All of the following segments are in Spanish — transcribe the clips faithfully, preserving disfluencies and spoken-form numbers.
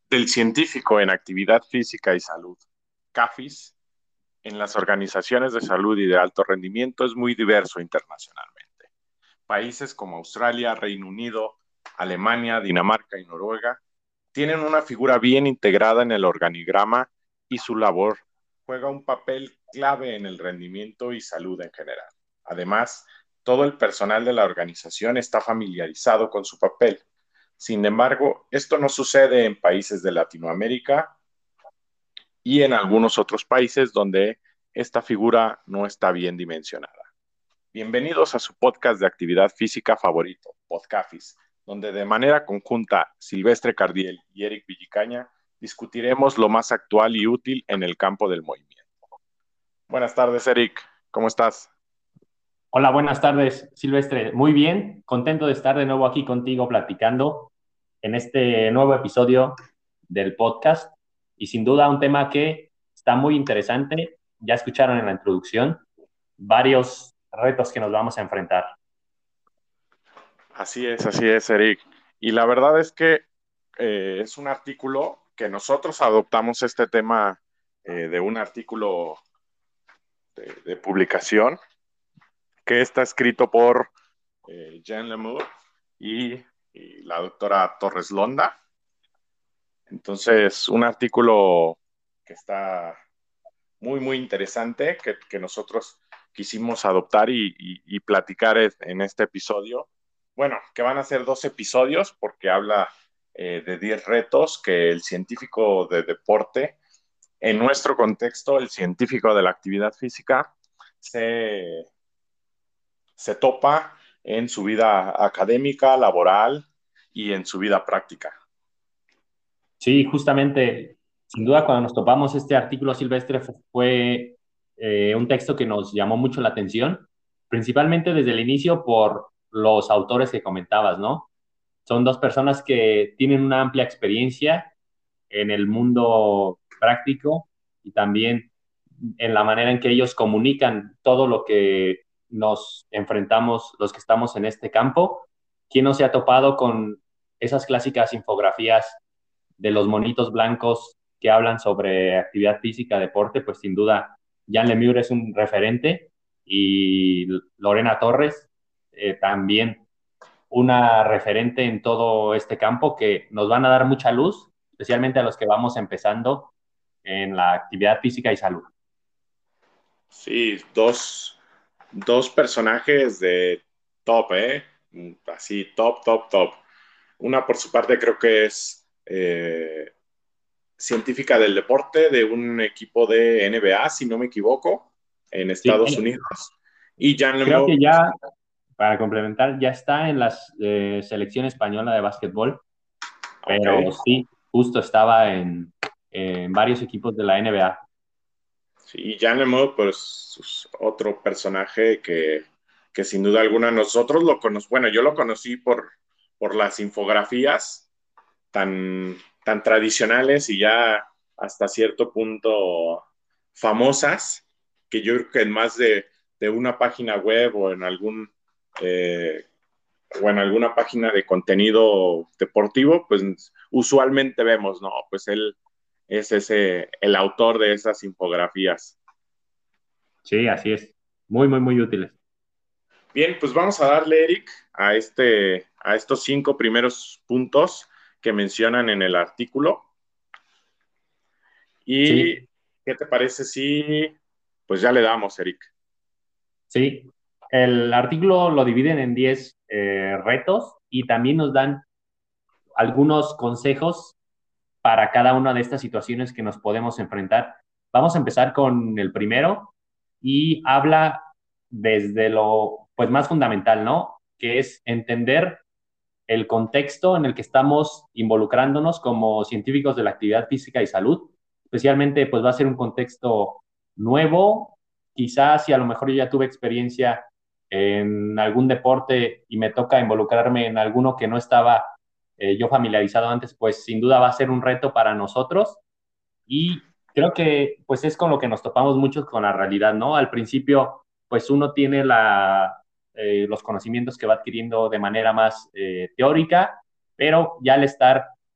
del científico en actividad física y salud, CAFIS, en las organizaciones de salud y de alto rendimiento es muy diverso internacionalmente. Países como Australia, Reino Unido, Alemania, Dinamarca y Noruega tienen una figura bien integrada en el organigrama y su labor juega un papel clave en el rendimiento y salud en general. Además, todo el personal de la organización está familiarizado con su papel. Sin embargo, esto no sucede en países de Latinoamérica y en algunos otros países donde esta figura no está bien dimensionada. Bienvenidos a su podcast de actividad física favorito, Podcafis, donde de manera conjunta Silvestre Cardiel y Eric Villicaña discutiremos lo más actual y útil en el campo del movimiento. Buenas tardes, Eric. ¿Cómo estás? Hola, buenas tardes, Silvestre. Muy bien, contento de estar de nuevo aquí contigo platicando en este nuevo episodio del podcast y sin duda un tema que está muy interesante. Ya escucharon en la introducción varios retos que nos vamos a enfrentar. Así es, así es, Eric. Y la verdad es que eh, es un artículo que nosotros adoptamos este tema eh, de un artículo de, de publicación que está escrito por eh, Jean Lemur y, y la doctora Torres Londa. Entonces, un artículo que está muy, muy interesante, que, que nosotros quisimos adoptar y, y, y platicar en este episodio. Bueno, que van a ser dos episodios porque habla eh, de diez retos que el científico de deporte, en nuestro contexto, el científico de la actividad física, se, se topa en su vida académica, laboral y en su vida práctica. Sí, justamente, sin duda cuando nos topamos este artículo, Silvestre, fu- fue eh, un texto que nos llamó mucho la atención, principalmente desde el inicio por los autores que comentabas, ¿no? Son dos personas que tienen una amplia experiencia en el mundo práctico y también en la manera en que ellos comunican todo lo que nos enfrentamos los que estamos en este campo. ¿Quién no se ha topado con esas clásicas infografías de los monitos blancos que hablan sobre actividad física, deporte? Pues sin duda, Jan Lemieux es un referente y Lorena Torres eh, también una referente en todo este campo que nos van a dar mucha luz, especialmente a los que vamos empezando en la actividad física y salud. Sí, dos, dos personajes de top, ¿eh? Así, top, top, top. Una por su parte creo que es eh, científica del deporte de un equipo de N B A, si no me equivoco, en Sí, Estados eh, Unidos. Y Jan creo Lemo, que ya, para complementar, ya está en la eh, selección española de básquetbol, ok. pero sí, justo estaba en, en varios equipos de la N B A. Sí, y Jan Lemo, pues es otro personaje que, que sin duda alguna nosotros lo conocemos. Bueno, yo lo conocí por, por las infografías tan, tan tradicionales y ya hasta cierto punto famosas, que yo creo que en más de, de una página web o en algún eh, o en alguna página de contenido deportivo, pues usualmente vemos, no, pues él es ese, el autor de esas infografías. Sí, así es. Muy, muy, muy útiles. Bien, pues vamos a darle, Eric, a, este, a estos cinco primeros puntos que mencionan en el artículo. ¿Y Sí, qué te parece si, pues ya le damos, Eric? sí. El artículo lo dividen en diez eh, retos y también nos dan algunos consejos para cada una de estas situaciones que nos podemos enfrentar. Vamos a empezar con el primero y habla desde lo pues más fundamental, ¿no? Que es entender el contexto en el que estamos involucrándonos como científicos de la actividad física y salud. Especialmente pues va a ser un contexto nuevo, quizás si a lo mejor yo ya tuve experiencia en algún deporte y me toca involucrarme en alguno que no estaba eh, yo familiarizado antes, pues sin duda va a ser un reto para nosotros y creo que pues es con lo que nos topamos muchos con la realidad, ¿no? Al principio pues uno tiene la, eh, los conocimientos que va adquiriendo de manera más eh, teórica, pero ya al estar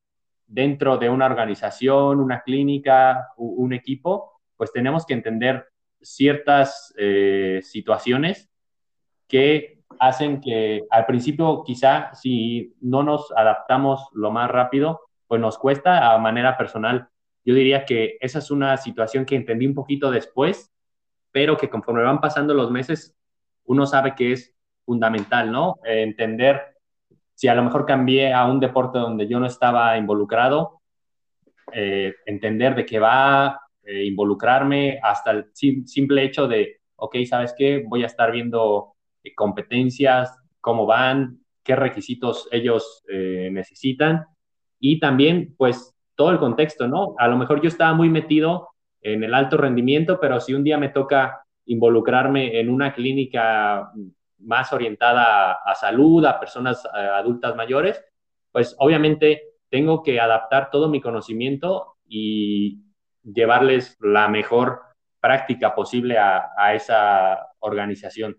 dentro de una organización, una clínica, un equipo, pues tenemos que entender ciertas eh, situaciones que hacen que al principio quizá si no nos adaptamos lo más rápido, pues nos cuesta a manera personal. Yo diría que esa es una situación que entendí un poquito después, pero que conforme van pasando los meses, uno sabe que es fundamental, ¿no? Eh, entender si a lo mejor cambié a un deporte donde yo no estaba involucrado, eh, entender de qué va, eh, involucrarme hasta el sim simple hecho de, ok, ¿sabes qué? Voy a estar viendo eh, competencias, cómo van, qué requisitos ellos eh, necesitan y también, pues, todo el contexto, ¿no? A lo mejor yo estaba muy metido en el alto rendimiento, pero si un día me toca involucrarme en una clínica más orientada a, a salud, a personas a adultas mayores, pues obviamente tengo que adaptar todo mi conocimiento y llevarles la mejor práctica posible a, a esa organización.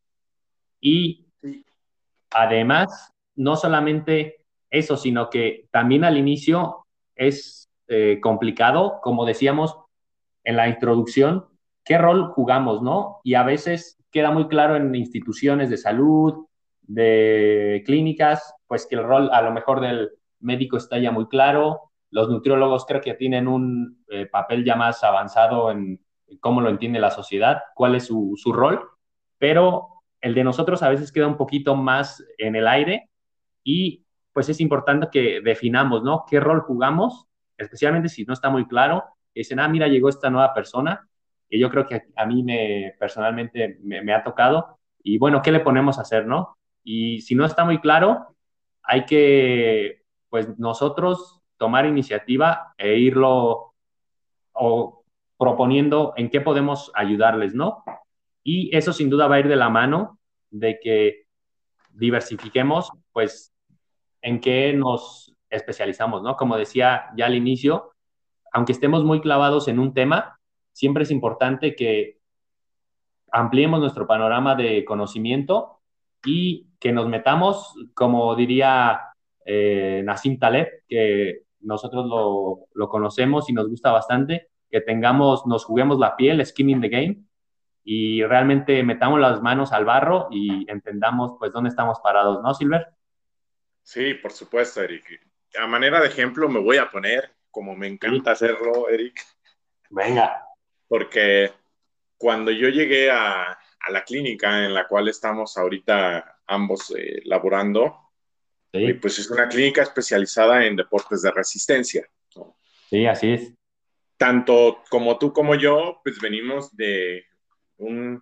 Y Sí. además, no solamente eso, sino que también al inicio es eh, complicado, como decíamos en la introducción, qué rol jugamos, ¿no? Y a veces queda muy claro en instituciones de salud, de clínicas, pues que el rol a lo mejor del médico está ya muy claro. Los nutriólogos creo que tienen un eh, papel ya más avanzado en, en cómo lo entiende la sociedad, cuál es su, su rol, pero el de nosotros a veces queda un poquito más en el aire y pues es importante que definamos, ¿no? ¿Qué rol jugamos? Especialmente si no está muy claro. Dicen, ah, mira, llegó esta nueva persona, que yo creo que a mí me, personalmente me, me ha tocado. Y bueno, ¿qué le ponemos a hacer, no? Y si no está muy claro, hay que, pues nosotros tomar iniciativa e irlo o proponiendo en qué podemos ayudarles, ¿no? Y eso sin duda va a ir de la mano de que diversifiquemos, pues, en qué nos especializamos, ¿no? Como decía ya al inicio, aunque estemos muy clavados en un tema, siempre es importante que ampliemos nuestro panorama de conocimiento y que nos metamos, como diría eh, Nassim Taleb, que nosotros lo, lo, conocemos y nos gusta bastante, que tengamos, nos juguemos la piel, skin in the game, y realmente metamos las manos al barro y entendamos pues dónde estamos parados, ¿no, Silver? Sí, por supuesto, Eric. A manera de ejemplo me voy a poner, como me Sí, encanta hacerlo, Eric, venga. porque cuando yo llegué a, a la clínica en la cual estamos ahorita ambos eh, laborando, eh, Sí, pues es una clínica especializada en deportes de resistencia, ¿no? sí, así es. Tanto como tú como yo, pues venimos de un,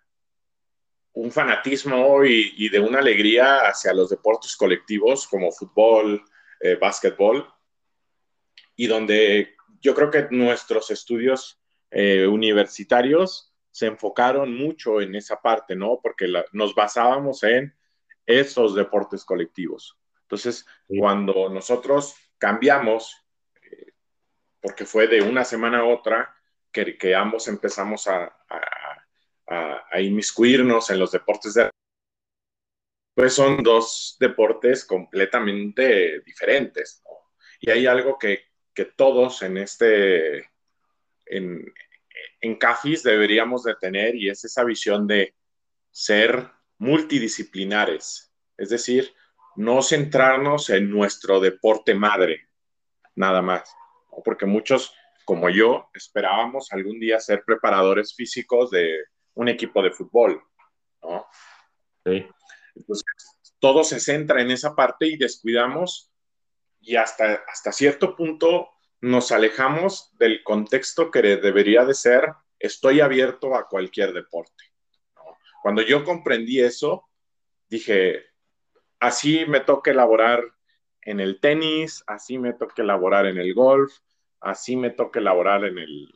un fanatismo y, y, de una alegría hacia los deportes colectivos como fútbol, eh, básquetbol, y donde yo creo que nuestros estudios eh, universitarios se enfocaron mucho en esa parte, ¿no? Porque la, nos basábamos en esos deportes colectivos. Entonces, Sí, cuando nosotros cambiamos, eh, porque fue de una semana a otra, que, que ambos empezamos a, a, a, a inmiscuirnos en los deportes de pues son dos deportes completamente diferentes, ¿no? Y hay algo que, que todos en este, en, en CAFIS deberíamos de tener y es esa visión de ser multidisciplinares, es decir, no centrarnos en nuestro deporte madre, nada más, ¿no? Porque muchos, como yo, esperábamos algún día ser preparadores físicos de un equipo de fútbol, ¿no? sí. Entonces, todo se centra en esa parte y descuidamos y hasta, hasta cierto punto nos alejamos del contexto que debería de ser estoy abierto a cualquier deporte, ¿no? Cuando yo comprendí eso, dije, así me toca elaborar en el tenis, así me toca elaborar en el golf, así me toca elaborar en el,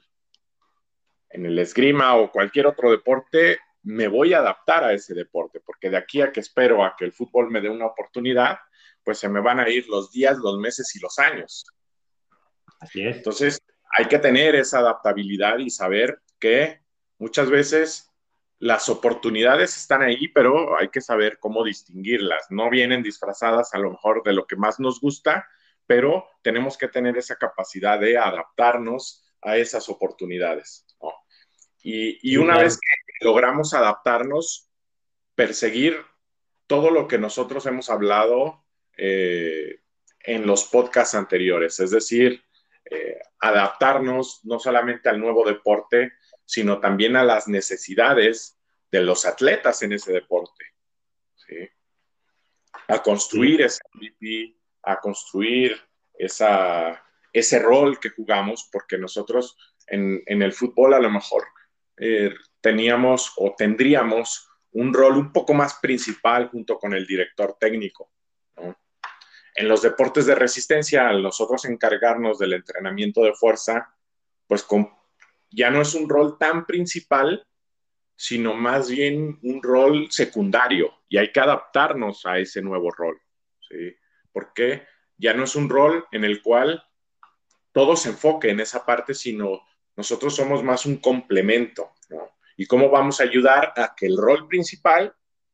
en el esgrima o cualquier otro deporte, me voy a adaptar a ese deporte, porque de aquí a que espero a que el fútbol me dé una oportunidad, pues se me van a ir los días, los meses y los años. Así es. Entonces, hay que tener esa adaptabilidad y saber que muchas veces las oportunidades están ahí, pero hay que saber cómo distinguirlas. No vienen disfrazadas a lo mejor de lo que más nos gusta, pero tenemos que tener esa capacidad de adaptarnos a esas oportunidades, ¿no? Y, y Sí, una claro. vez que logramos adaptarnos, perseguir todo lo que nosotros hemos hablado eh, en los podcasts anteriores, es decir, eh, adaptarnos no solamente al nuevo deporte, sino también a las necesidades de los atletas en ese deporte, ¿sí? A Sí, construir ese M V P, a construir esa, ese rol que jugamos, porque nosotros en, en el fútbol a lo mejor eh, teníamos o tendríamos un rol un poco más principal junto con el director técnico, ¿no? En los deportes de resistencia, al nosotros encargarnos del entrenamiento de fuerza, pues con, ya no es un rol tan principal, sino más bien un rol secundario y hay que adaptarnos a ese nuevo rol, ¿sí? Porque ya no es un rol en el cual todo se enfoque en esa parte, sino nosotros somos más un complemento, ¿no? Y cómo vamos a ayudar a que el rol principal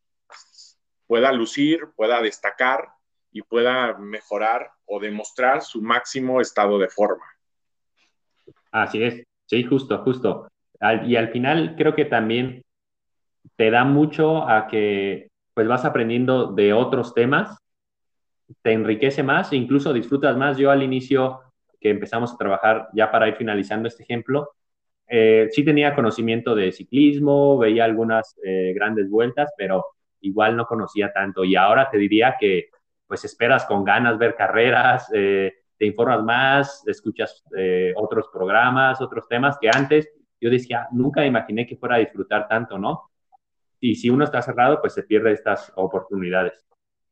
pueda lucir, pueda destacar y pueda mejorar o demostrar su máximo estado de forma. así es. Sí, justo, justo. Al- y al final creo que también te da mucho a que pues vas aprendiendo de otros temas, te enriquece más e incluso disfrutas más. Yo al inicio que empezamos a trabajar, ya para ir finalizando este ejemplo, eh, sí tenía conocimiento de ciclismo, veía algunas eh, grandes vueltas, pero igual no conocía tanto. Y ahora te diría que pues esperas con ganas ver carreras, eh, te informas más, escuchas eh, otros programas, otros temas que antes yo decía, nunca imaginé que fuera a disfrutar tanto, ¿no? Y si uno está cerrado, pues se pierde estas oportunidades.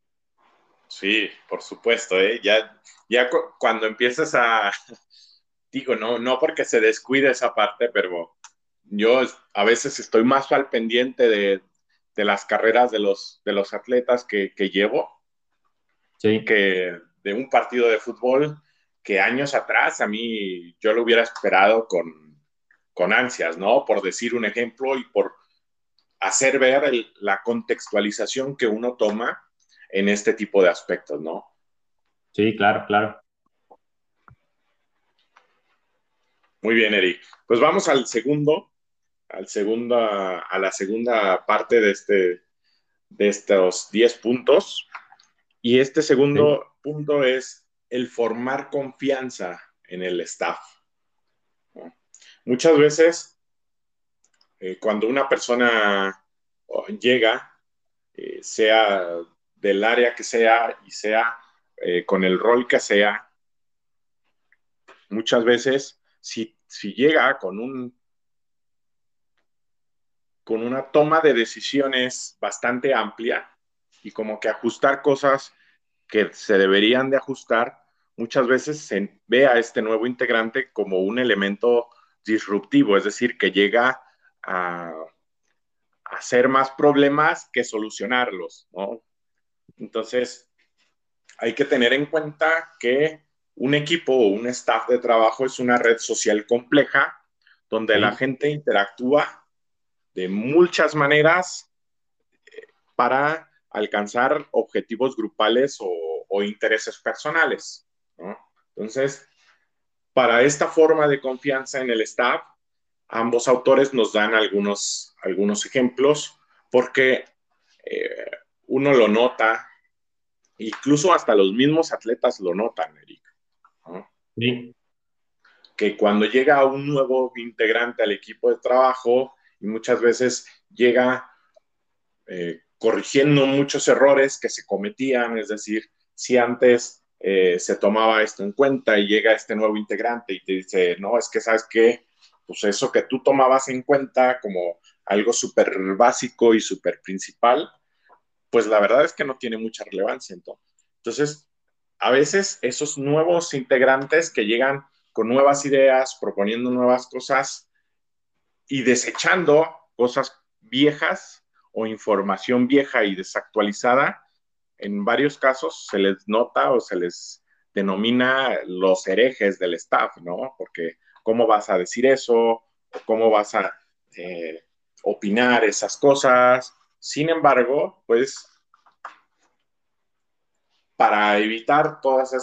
Sí, por supuesto, ¿eh? Ya, ya cu cuando empiezas a, digo, no, no porque se descuide esa parte, pero yo a veces estoy más al pendiente de, de las carreras de los, de los atletas que, que llevo Sí, que de un partido de fútbol que años atrás a mí yo lo hubiera esperado con, con ansias, ¿no? Por decir un ejemplo y por hacer ver el, la contextualización que uno toma en este tipo de aspectos, ¿no? sí, claro, claro. Muy bien, Eric. Pues vamos al segundo, al segunda, a la segunda parte de, este, de estos diez puntos. Y este Sí, segundo punto es el formar confianza en el staff, ¿no? Muchas veces, eh, cuando una persona oh, llega, eh, sea del área que sea y sea eh, con el rol que sea, muchas veces, si, si llega con un con una toma de decisiones bastante amplia y como que ajustar cosas que se deberían de ajustar, muchas veces se ve a este nuevo integrante como un elemento disruptivo, es decir, que llega a hacer más problemas que solucionarlos, ¿no? Entonces, hay que tener en cuenta que un equipo o un staff de trabajo es una red social compleja donde la sí, gente interactúa de muchas maneras para alcanzar objetivos grupales o, o intereses personales, ¿no? Entonces, para esta forma de confianza en el staff, ambos autores nos dan algunos, algunos ejemplos porque eh, uno lo nota, incluso hasta los mismos atletas lo notan, Eric, ¿no? sí, Que cuando llega un nuevo integrante al equipo de trabajo y muchas veces llega eh, corrigiendo muchos errores que se cometían, es decir, si antes eh, se tomaba esto en cuenta y llega este nuevo integrante y te dice, no, es que sabes qué, pues eso que tú tomabas en cuenta como algo súper básico y súper principal, pues la verdad es que no tiene mucha relevancia. Entonces, entonces, a veces esos nuevos integrantes que llegan con nuevas ideas, proponiendo nuevas cosas, y desechando cosas viejas o información vieja y desactualizada, en varios casos se les nota o se les denomina los herejes del staff, ¿no? Porque ¿cómo vas a decir eso? ¿Cómo vas a eh, opinar esas cosas? Sin embargo, pues para evitar todas estas,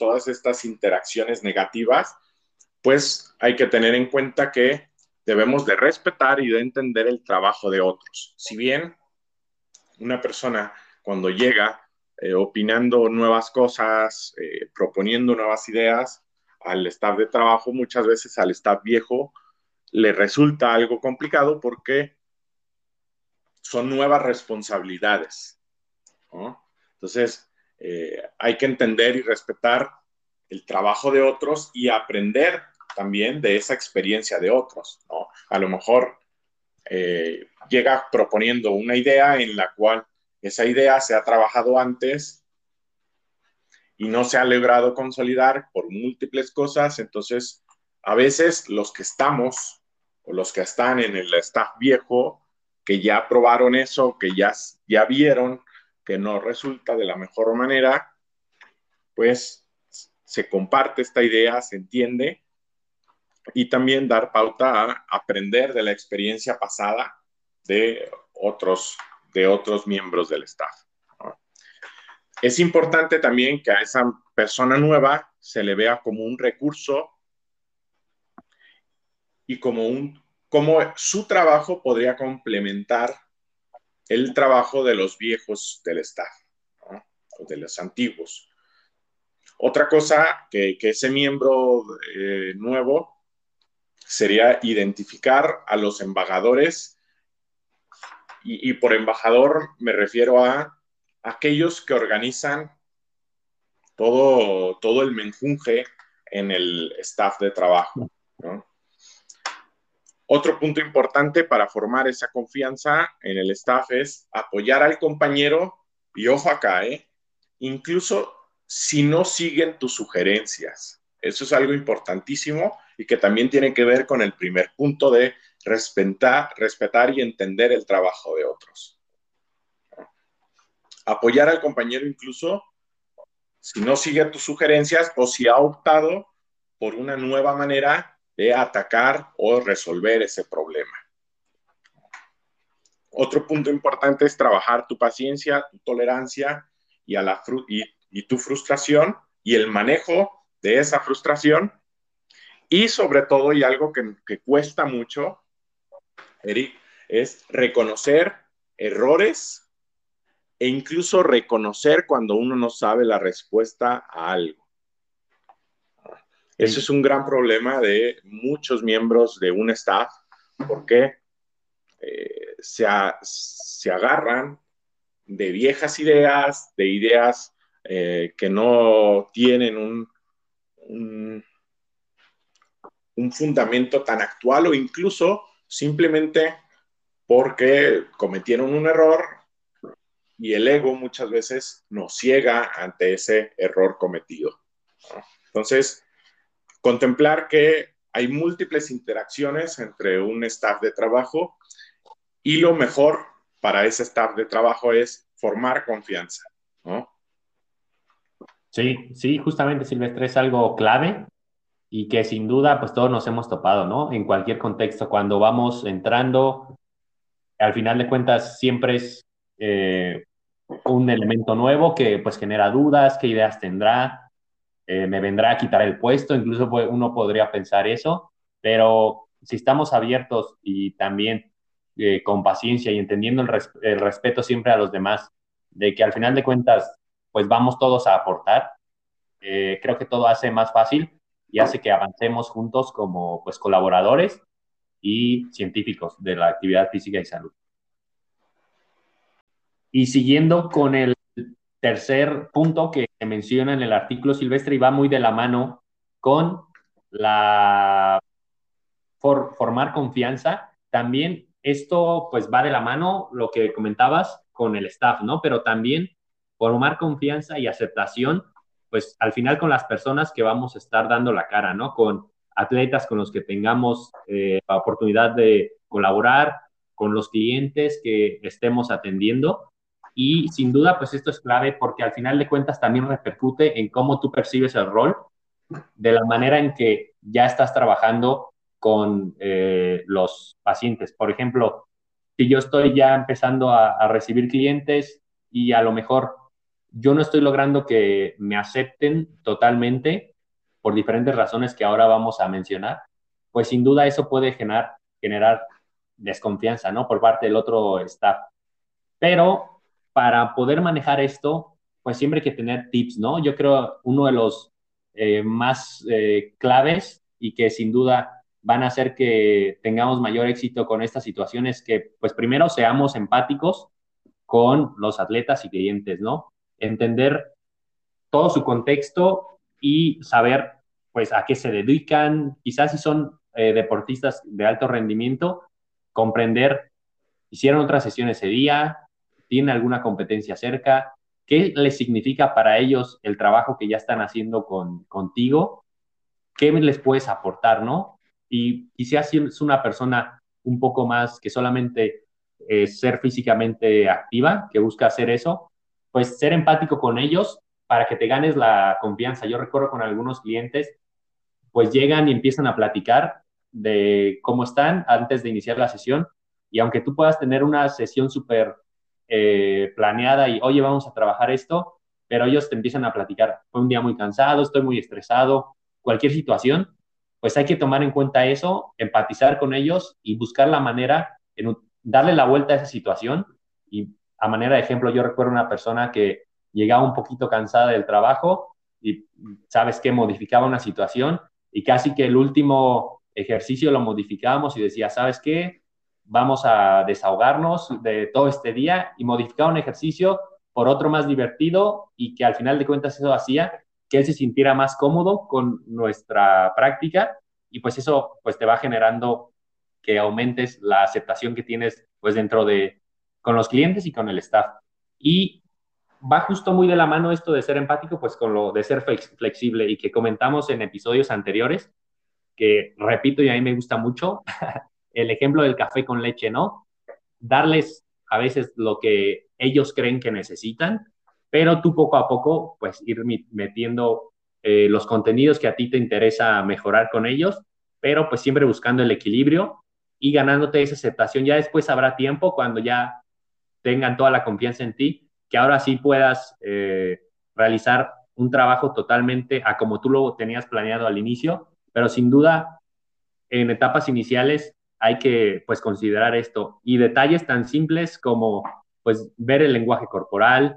todas estas interacciones negativas, pues hay que tener en cuenta que debemos de respetar y de entender el trabajo de otros. Si bien una persona cuando llega eh, opinando nuevas cosas, eh, proponiendo nuevas ideas al staff de trabajo, muchas veces al staff viejo le resulta algo complicado porque son nuevas responsabilidades, ¿no? Entonces, eh, hay que entender y respetar el trabajo de otros y aprender también de esa experiencia de otros, ¿no? A lo mejor eh, llega proponiendo una idea en la cual esa idea se ha trabajado antes y no se ha logrado consolidar por múltiples cosas, entonces a veces los que estamos o los que están en el staff viejo, que ya probaron eso, que ya, ya vieron que no resulta de la mejor manera, pues se comparte esta idea, se entiende y también dar pauta a aprender de la experiencia pasada de otros, de otros miembros del staff, ¿no? Es importante también que a esa persona nueva se le vea como un recurso y como un, como su trabajo podría complementar el trabajo de los viejos del staff, ¿no? O de los antiguos. Otra cosa que, que ese miembro eh, nuevo sería identificar a los embajadores y, y por embajador me refiero a aquellos que organizan todo, todo el menjunje en el staff de trabajo, ¿no? Otro punto importante para formar esa confianza en el staff es apoyar al compañero y ojo acá, ¿eh? Incluso si no siguen tus sugerencias. Eso es algo importantísimo y que también tiene que ver con el primer punto de respetar, respetar y entender el trabajo de otros. Apoyar al compañero incluso si no sigue tus sugerencias o si ha optado por una nueva manera de atacar o resolver ese problema. Otro punto importante es trabajar tu paciencia, tu tolerancia y, a la fru y, y tu frustración y el manejo de esa frustración. Y sobre todo, y algo que, que cuesta mucho, Eric, es reconocer errores e incluso reconocer cuando uno no sabe la respuesta a algo. Eso Sí. es un gran problema de muchos miembros de un staff porque eh, se, a, se agarran de viejas ideas, de ideas eh, que no tienen un, un, un fundamento tan actual o incluso simplemente porque cometieron un error y el ego muchas veces nos ciega ante ese error cometido, ¿no? Entonces, contemplar que hay múltiples interacciones entre un staff de trabajo y lo mejor para ese staff de trabajo es formar confianza, ¿no? Sí, sí, justamente Silvestre es algo clave y que sin duda pues todos nos hemos topado, ¿no? En cualquier contexto, cuando vamos entrando, al final de cuentas siempre es eh, un elemento nuevo que pues genera dudas, qué ideas tendrá, eh, me vendrá a quitar el puesto, incluso uno podría pensar eso, pero si estamos abiertos y también eh, con paciencia y entendiendo el, res el respeto siempre a los demás, de que al final de cuentas pues vamos todos a aportar, eh, creo que todo hace más fácil y hace que avancemos juntos como pues colaboradores y científicos de la actividad física y salud. Y siguiendo con el tercer punto que se menciona en el artículo Silvestre y va muy de la mano con la for, formar confianza, también esto pues va de la mano lo que comentabas con el staff, ¿no? Pero también formar confianza y aceptación, pues al final con las personas que vamos a estar dando la cara, ¿no? Con atletas con los que tengamos eh, la oportunidad de colaborar, con los clientes que estemos atendiendo. Y sin duda, pues esto es clave porque al final de cuentas también repercute en cómo tú percibes el rol, de la manera en que ya estás trabajando con eh, los pacientes. Por ejemplo, si yo estoy ya empezando a, a recibir clientes y a lo mejor yo no estoy logrando que me acepten totalmente por diferentes razones que ahora vamos a mencionar, pues sin duda eso puede generar, generar desconfianza, ¿no? Por parte del otro staff. Pero para poder manejar esto, pues siempre hay que tener tips, ¿no? Yo creo uno de los eh, más eh, claves y que sin duda van a hacer que tengamos mayor éxito con estas situaciones, que pues primero seamos empáticos con los atletas y clientes, ¿no? Entender todo su contexto y saber pues a qué se dedican, quizás si son eh, deportistas de alto rendimiento, comprender, hicieron otra sesión ese día, tienen alguna competencia cerca, qué les significa para ellos el trabajo que ya están haciendo con, contigo, qué les puedes aportar, ¿no? Y quizás si es una persona un poco más que solamente eh, ser físicamente activa, que busca hacer eso, pues ser empático con ellos para que te ganes la confianza. Yo recuerdo con algunos clientes, pues llegan y empiezan a platicar de cómo están antes de iniciar la sesión y aunque tú puedas tener una sesión súper eh, planeada y, oye, vamos a trabajar esto, pero ellos te empiezan a platicar, fue un día muy cansado, estoy muy estresado, cualquier situación, pues hay que tomar en cuenta eso, empatizar con ellos y buscar la manera en darle la vuelta a esa situación. Y a manera de ejemplo, yo recuerdo una persona que llegaba un poquito cansada del trabajo y, ¿sabes qué? Modificaba una situación y casi que el último ejercicio lo modificábamos y decía, ¿sabes qué? Vamos a desahogarnos de todo este día y modificar un ejercicio por otro más divertido y que al final de cuentas eso hacía que él se sintiera más cómodo con nuestra práctica y pues eso pues te va generando que aumentes la aceptación que tienes pues dentro de con los clientes y con el staff. Y va justo muy de la mano esto de ser empático, pues con lo de ser flex flexible y que comentamos en episodios anteriores, que repito y a mí me gusta mucho, el ejemplo del café con leche, ¿no? Darles a veces lo que ellos creen que necesitan, pero tú poco a poco, pues ir metiendo eh, los contenidos que a ti te interesa mejorar con ellos, pero pues siempre buscando el equilibrio y ganándote esa aceptación. Ya después habrá tiempo cuando ya tengan toda la confianza en ti, que ahora sí puedas eh, realizar un trabajo totalmente a como tú lo tenías planeado al inicio, pero sin duda en etapas iniciales hay que pues considerar esto y detalles tan simples como pues ver el lenguaje corporal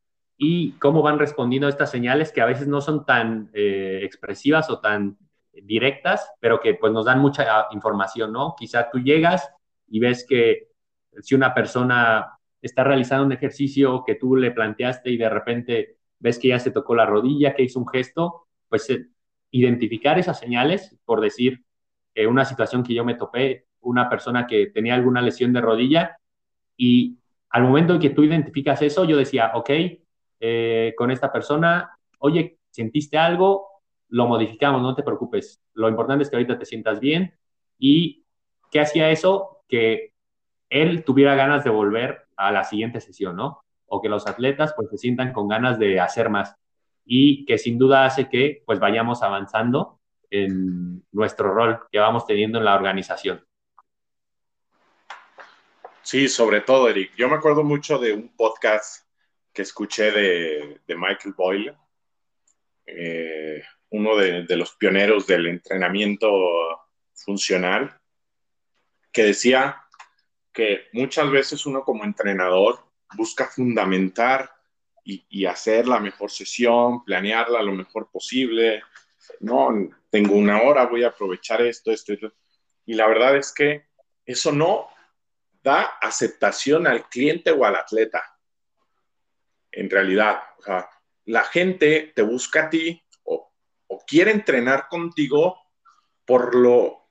y cómo van respondiendo a estas señales que a veces no son tan eh, expresivas o tan directas, pero que pues nos dan mucha información, ¿no? Quizá tú llegas y ves que si una persona está realizando un ejercicio que tú le planteaste y de repente ves que ya se tocó la rodilla, que hizo un gesto, pues eh, identificar esas señales, por decir, eh, una situación que yo me topé, una persona que tenía alguna lesión de rodilla y al momento en que tú identificas eso, yo decía, ok, eh, con esta persona, oye, ¿sentiste algo? Lo modificamos, no te preocupes. Lo importante es que ahorita te sientas bien. ¿Y qué hacía eso? Que él tuviera ganas de volver a la siguiente sesión, ¿no? O que los atletas pues se sientan con ganas de hacer más y que sin duda hace que pues vayamos avanzando en nuestro rol que vamos teniendo en la organización. Sí, sobre todo, Eric. Yo me acuerdo mucho de un podcast que escuché de, de Michael Boyle, eh, uno de, de, los pioneros del entrenamiento funcional, que decía que muchas veces uno como entrenador busca fundamentar y, y hacer la mejor sesión, planearla lo mejor posible. No, tengo una hora, voy a aprovechar esto, esto, esto. Y la verdad es que eso no da aceptación al cliente o al atleta. En realidad, o sea, la gente te busca a ti o, o quiere entrenar contigo por lo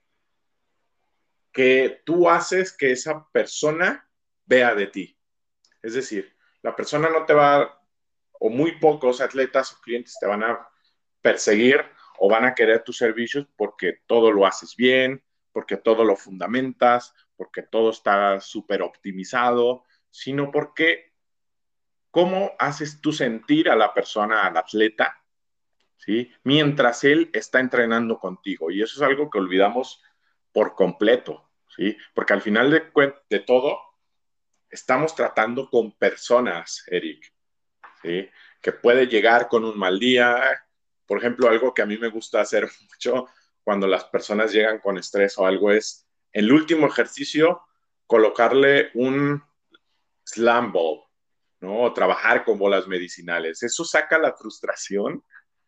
que tú haces que esa persona vea de ti. Es decir, la persona no te va, o muy pocos atletas o clientes te van a perseguir o van a querer tus servicios porque todo lo haces bien, porque todo lo fundamentas, porque todo está súper optimizado, sino porque cómo haces tú sentir a la persona, al atleta, ¿sí? Mientras él está entrenando contigo. Y eso es algo que olvidamos por completo, ¿sí? Porque al final de, de todo, estamos tratando con personas, Eric, ¿sí? que puede llegar con un mal día. Por ejemplo, algo que a mí me gusta hacer mucho cuando las personas llegan con estrés o algo es, el último ejercicio, colocarle un slam ball, ¿no? O trabajar con bolas medicinales. Eso saca la frustración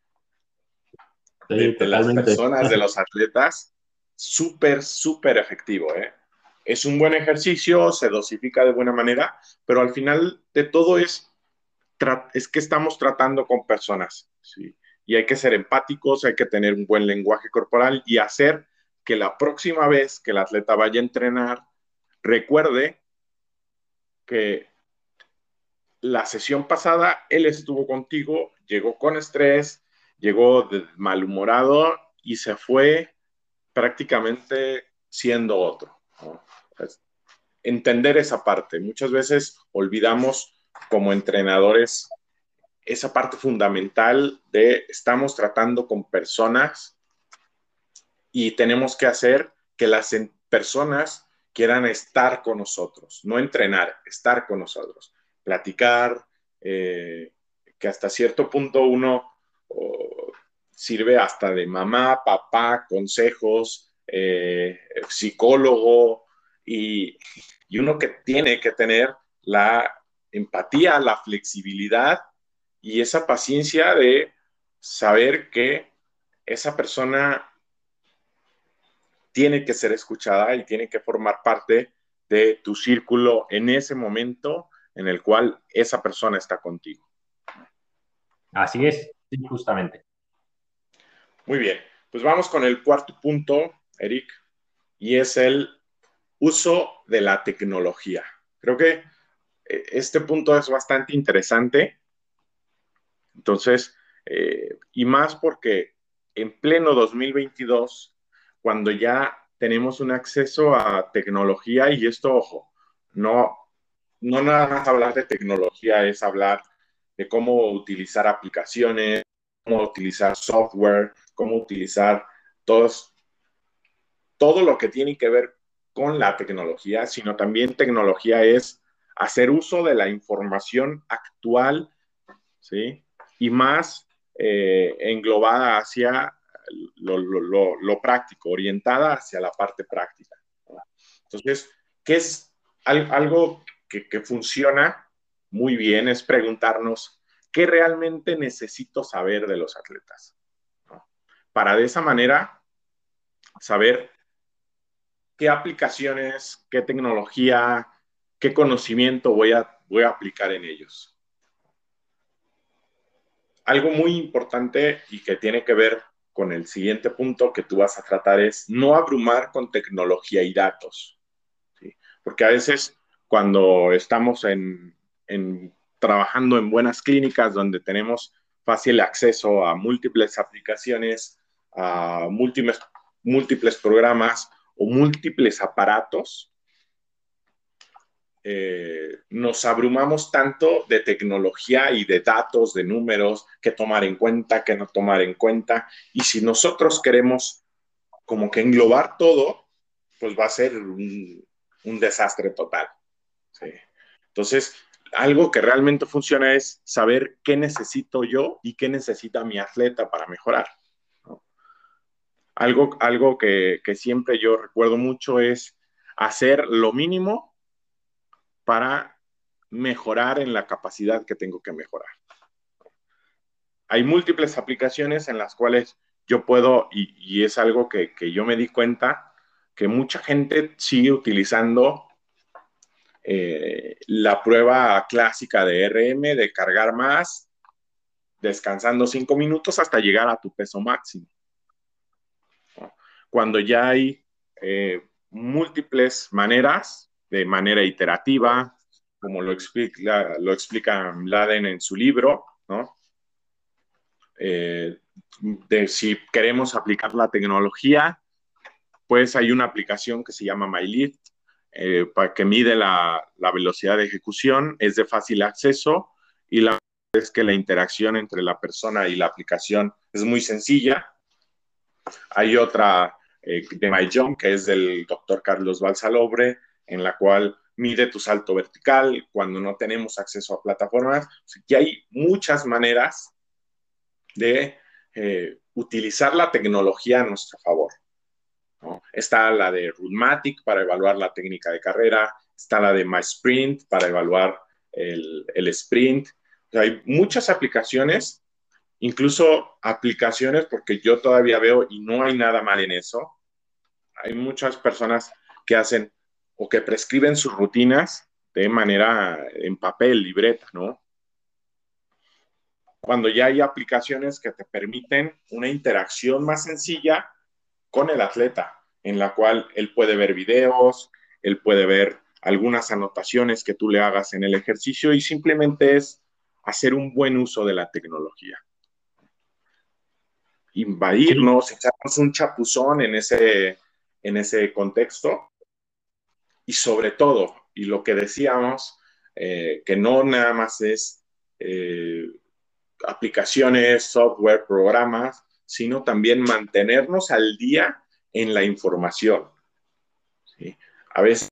de, Sí, de las totalmente. personas, de los atletas, súper, súper efectivo, ¿eh? Es un buen ejercicio, se dosifica de buena manera, pero al final de todo es, es que estamos tratando con personas, ¿sí? Y hay que ser empáticos, hay que tener un buen lenguaje corporal y hacer que la próxima vez que el atleta vaya a entrenar, recuerde que la sesión pasada él estuvo contigo, llegó con estrés, llegó malhumorado y se fue prácticamente siendo otro, ¿no? Es entender esa parte. Muchas veces olvidamos como entrenadores esa parte fundamental de estamos tratando con personas y tenemos que hacer que las personas quieran estar con nosotros, no entrenar, estar con nosotros, platicar, eh, que hasta cierto punto uno oh, sirve hasta de mamá, papá, consejos, eh, psicólogo, y, y uno que tiene que tener la empatía, la flexibilidad y esa paciencia de saber que esa persona tiene que ser escuchada y tiene que formar parte de tu círculo en ese momento en el cual esa persona está contigo. Así es, sí, justamente. Muy bien, pues vamos con el cuarto punto, Eric, y es el uso de la tecnología. Creo que este punto es bastante interesante, entonces, eh, y más porque en pleno dos mil veintidós, cuando ya tenemos un acceso a tecnología, y esto, ojo, no, no nada más hablar de tecnología, es hablar de cómo utilizar aplicaciones, cómo utilizar software, cómo utilizar todos, todo lo que tiene que ver con la tecnología, sino también tecnología es hacer uso de la información actual, ¿sí? Y más eh, englobada hacia lo, lo, lo, lo, práctico, orientada hacia la parte práctica. Entonces, ¿qué es al, algo que, que funciona muy bien? Es preguntarnos, ¿qué realmente necesito saber de los atletas? ¿No? Para de esa manera saber qué aplicaciones, qué tecnología, qué conocimiento voy a, voy a aplicar en ellos. Algo muy importante y que tiene que ver con el siguiente punto que tú vas a tratar es no abrumar con tecnología y datos, ¿sí? Porque a veces cuando estamos en, en, trabajando en buenas clínicas donde tenemos fácil acceso a múltiples aplicaciones, a múltiples, múltiples programas o múltiples aparatos, eh, nos abrumamos tanto de tecnología y de datos, de números, que tomar en cuenta, que no tomar en cuenta. Y si nosotros queremos como que englobar todo, pues va a ser un, un desastre total. ¿Sí? Entonces, algo que realmente funciona es saber qué necesito yo y qué necesita mi atleta para mejorar, ¿no? Algo, algo que, que siempre yo recuerdo mucho es hacer lo mínimo para mejorar en la capacidad que tengo que mejorar. Hay múltiples aplicaciones en las cuales yo puedo, y, y es algo que, que, yo me di cuenta, que mucha gente sigue utilizando eh, la prueba clásica de R M, de cargar más, descansando cinco minutos hasta llegar a tu peso máximo, ¿no? Cuando ya hay eh, múltiples maneras, de manera iterativa, como lo explica, lo explica Mladen en su libro, ¿no? Eh, de si queremos aplicar la tecnología, pues hay una aplicación que se llama MyLift, eh, para que mide la, la velocidad de ejecución, es de fácil acceso y la es que la interacción entre la persona y la aplicación es muy sencilla. Hay otra eh, de MyJump, que es del doctor Carlos Balsalobre, en la cual mide tu salto vertical, cuando no tenemos acceso a plataformas. O sea, que hay muchas maneras de eh, utilizar la tecnología a nuestro favor, ¿no? Está la de Rootmatic para evaluar la técnica de carrera, está la de MySprint para evaluar el, el sprint. O sea, hay muchas aplicaciones, incluso aplicaciones, porque yo todavía veo, y no hay nada mal en eso, hay muchas personas que hacen o que prescriben sus rutinas de manera en papel, libreta, ¿no? Cuando ya hay aplicaciones que te permiten una interacción más sencilla con el atleta, en la cual él puede ver videos, él puede ver algunas anotaciones que tú le hagas en el ejercicio y simplemente es hacer un buen uso de la tecnología. Sí, Invadirnos, echarnos un chapuzón en ese, en ese contexto y sobre todo, y lo que decíamos, eh, que no nada más es eh, aplicaciones, software, programas, sino también mantenernos al día en la información, ¿sí? A veces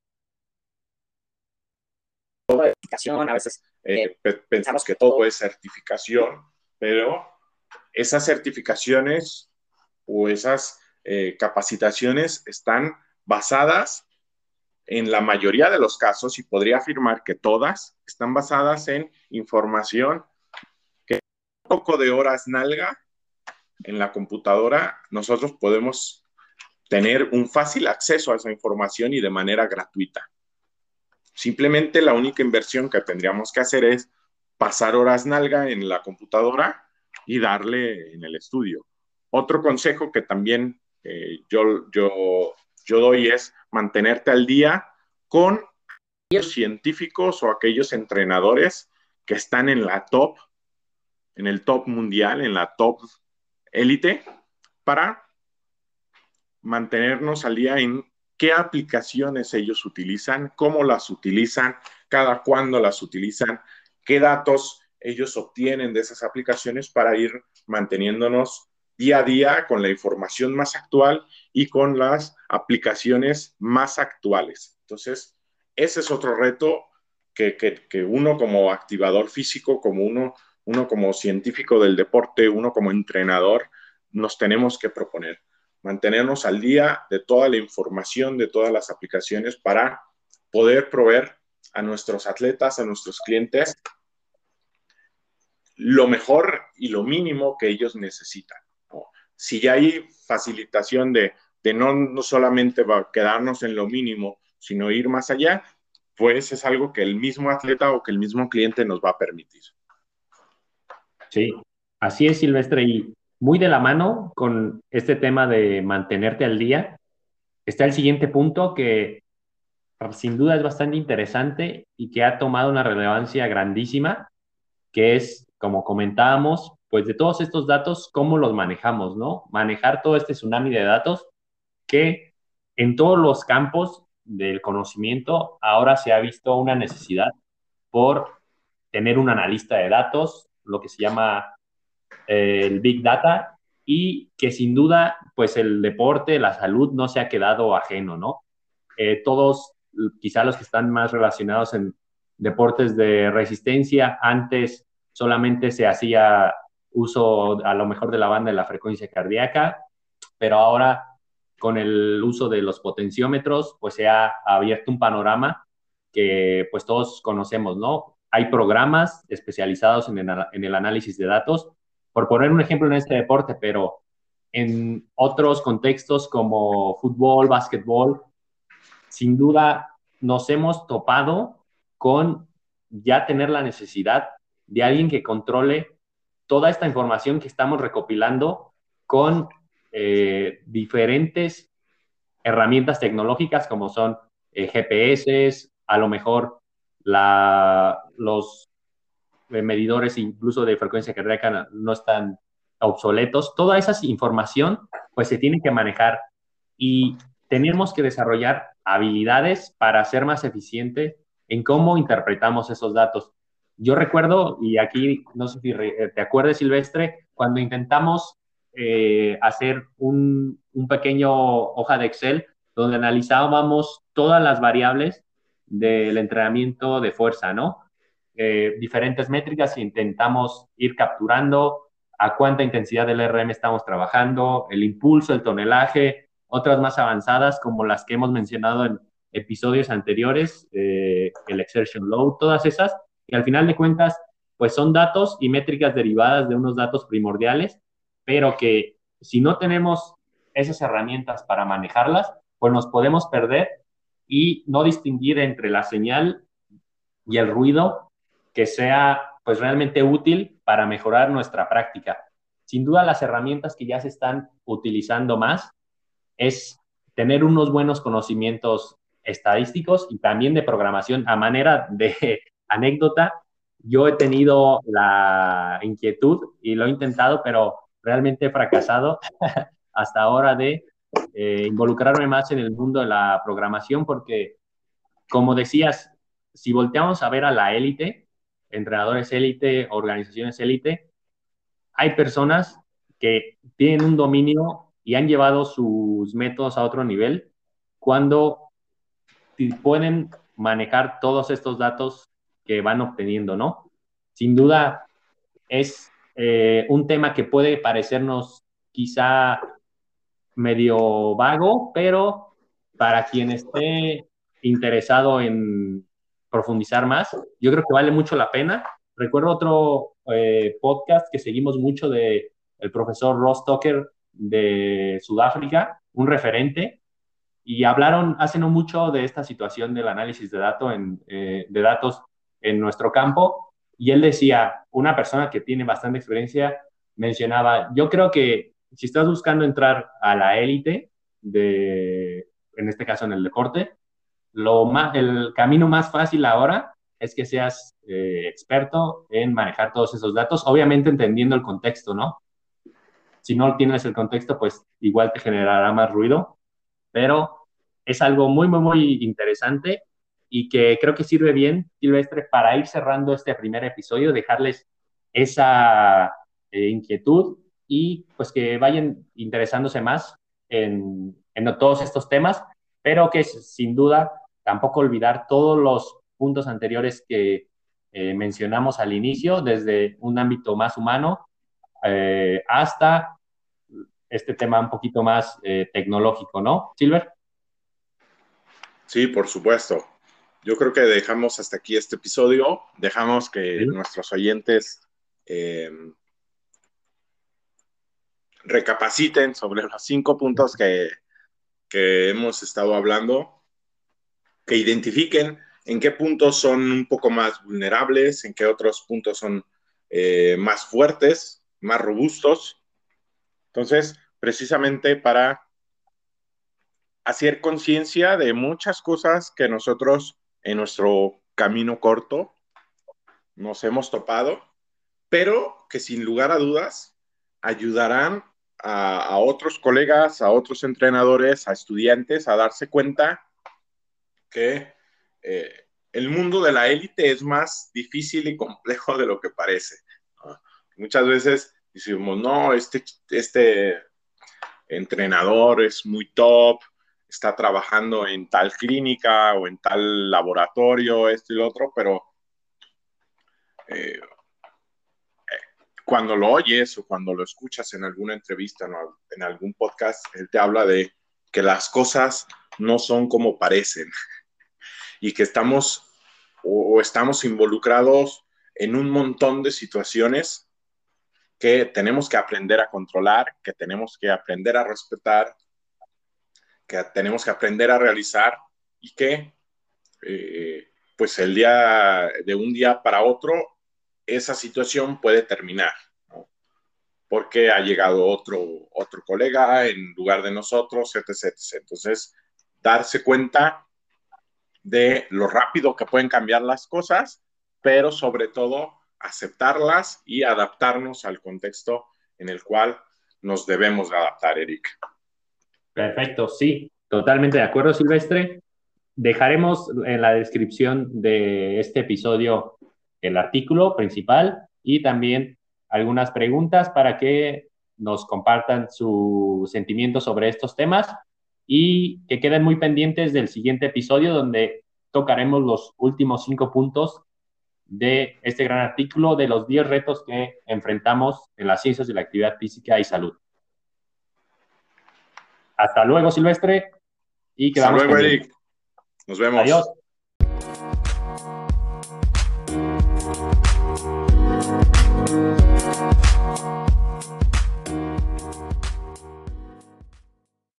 certificación, a veces eh, pensamos que todo es certificación, pero esas certificaciones o esas eh, capacitaciones están basadas en la mayoría de los casos, y podría afirmar que todas están basadas en información que un poco de horas nalga en la computadora nosotros podemos tener un fácil acceso a esa información y de manera gratuita. Simplemente la única inversión que tendríamos que hacer es pasar horas nalga en la computadora y darle en el estudio. Otro consejo que también eh, yo, yo, yo doy es mantenerte al día con aquellos científicos o aquellos entrenadores que están en la top, en el top mundial, en la top élite, para mantenernos al día en qué aplicaciones ellos utilizan, cómo las utilizan, cada cuándo las utilizan, qué datos ellos obtienen de esas aplicaciones para ir manteniéndonos día a día con la información más actual y con las aplicaciones más actuales. Entonces, ese es otro reto que, que, que uno como activador físico, como uno, uno como científico del deporte, uno como entrenador, nos tenemos que proponer mantenernos al día de toda la información, de todas las aplicaciones para poder proveer a nuestros atletas, a nuestros clientes, lo mejor y lo mínimo que ellos necesitan, ¿no? Si ya hay facilitación de, de no, no solamente va a quedarnos en lo mínimo, sino ir más allá, pues es algo que el mismo atleta o que el mismo cliente nos va a permitir. sí, así es, Silvestre, y muy de la mano con este tema de mantenerte al día, está el siguiente punto que sin duda es bastante interesante y que ha tomado una relevancia grandísima, que es, como comentábamos, pues de todos estos datos, cómo los manejamos, ¿no? Manejar todo este tsunami de datos que en todos los campos del conocimiento ahora se ha visto una necesidad por tener un analista de datos, lo que se llama eh, el Big Data, y que sin duda, pues el deporte, la salud no se ha quedado ajeno, ¿no? Eh, todos, quizá los que están más relacionados en deportes de resistencia, antes solamente se hacía uso a lo mejor de la banda de la frecuencia cardíaca, pero ahora con el uso de los potenciómetros, pues se ha abierto un panorama que pues todos conocemos, ¿no? Hay programas especializados en el, en el análisis de datos, por poner un ejemplo en este deporte, pero en otros contextos como fútbol, básquetbol, sin duda nos hemos topado con ya tener la necesidad de alguien que controle toda esta información que estamos recopilando con eh, diferentes herramientas tecnológicas como son eh, G P S, a lo mejor la, los eh, medidores incluso de frecuencia cardíaca no están obsoletos. Toda esa información pues se tiene que manejar y tenemos que desarrollar habilidades para ser más eficientes en cómo interpretamos esos datos. Yo recuerdo, y aquí no sé si te acuerdas, Silvestre, cuando intentamos eh, hacer un, un pequeño hoja de Excel donde analizábamos todas las variables del entrenamiento de fuerza, ¿no? Eh, diferentes métricas e intentamos ir capturando a cuánta intensidad del R M estamos trabajando, el impulso, el tonelaje, otras más avanzadas como las que hemos mencionado en episodios anteriores, eh, el exertion load, todas esas, que al final de cuentas, pues son datos y métricas derivadas de unos datos primordiales, pero que si no tenemos esas herramientas para manejarlas, pues nos podemos perder y no distinguir entre la señal y el ruido que sea pues realmente útil para mejorar nuestra práctica. Sin duda las herramientas que ya se están utilizando más es tener unos buenos conocimientos estadísticos y también de programación. A manera de anécdota, yo he tenido la inquietud y lo he intentado, pero realmente he fracasado hasta ahora de eh, involucrarme más en el mundo de la programación porque, como decías, si volteamos a ver a la élite, entrenadores élite, organizaciones élite, hay personas que tienen un dominio y han llevado sus métodos a otro nivel cuando pueden manejar todos estos datos que van obteniendo, ¿no? Sin duda es eh, un tema que puede parecernos quizá medio vago, pero para quien esté interesado en profundizar más, yo creo que vale mucho la pena. Recuerdo otro eh, podcast que seguimos mucho de el profesor Ross Tucker de Sudáfrica, un referente, y hablaron hace no mucho de esta situación del análisis de, dato en, eh, de datos en nuestro campo, y él decía, una persona que tiene bastante experiencia mencionaba, yo creo que si estás buscando entrar a la élite, de, en este caso en el deporte, lo más, el camino más fácil ahora es que seas eh, experto en manejar todos esos datos, obviamente entendiendo el contexto, ¿no? Si no tienes el contexto, pues igual te generará más ruido, pero es algo muy, muy, muy interesante y que creo que sirve bien, Silvestre, para ir cerrando este primer episodio, dejarles esa eh, inquietud y pues que vayan interesándose más en, en todos estos temas, pero que sin duda tampoco olvidar todos los puntos anteriores que eh, mencionamos al inicio, desde un ámbito más humano eh, hasta este tema un poquito más eh, tecnológico, ¿no, Silver? Sí, por supuesto. Yo creo que dejamos hasta aquí este episodio. Dejamos que Sí. nuestros oyentes eh, recapaciten sobre los cinco puntos que, que hemos estado hablando, que identifiquen en qué puntos son un poco más vulnerables, en qué otros puntos son eh, más fuertes, más robustos. Entonces, precisamente para hacer conciencia de muchas cosas que nosotros en nuestro camino corto nos hemos topado, pero que sin lugar a dudas ayudarán a, a otros colegas, a otros entrenadores, a estudiantes a darse cuenta que eh, el mundo de la élite es más difícil y complejo de lo que parece, ¿no? Muchas veces decimos, no, este, este entrenador es muy top, está trabajando en tal clínica o en tal laboratorio, esto y lo otro, pero eh, cuando lo oyes o cuando lo escuchas en alguna entrevista, ¿no? En algún podcast, él te habla de que las cosas no son como parecen y que estamos o, o estamos involucrados en un montón de situaciones que tenemos que aprender a controlar, que tenemos que aprender a respetar, que tenemos que aprender a realizar y que eh, pues el día de un día para otro esa situación puede terminar, ¿no? Porque ha llegado otro, otro colega en lugar de nosotros, etcétera, etcétera. Entonces, darse cuenta de lo rápido que pueden cambiar las cosas, pero sobre todo aceptarlas y adaptarnos al contexto en el cual nos debemos de adaptar, Eric. Perfecto, sí, totalmente de acuerdo, Silvestre. Dejaremos en la descripción de este episodio el artículo principal y también algunas preguntas para que nos compartan sus sentimientos sobre estos temas y que queden muy pendientes del siguiente episodio donde tocaremos los últimos cinco puntos de este gran artículo de los diez retos que enfrentamos en las ciencias de la actividad física y salud. Hasta luego, Silvestre, y Hasta quedamos luego, pendientes. Eric. Nos vemos. Adiós.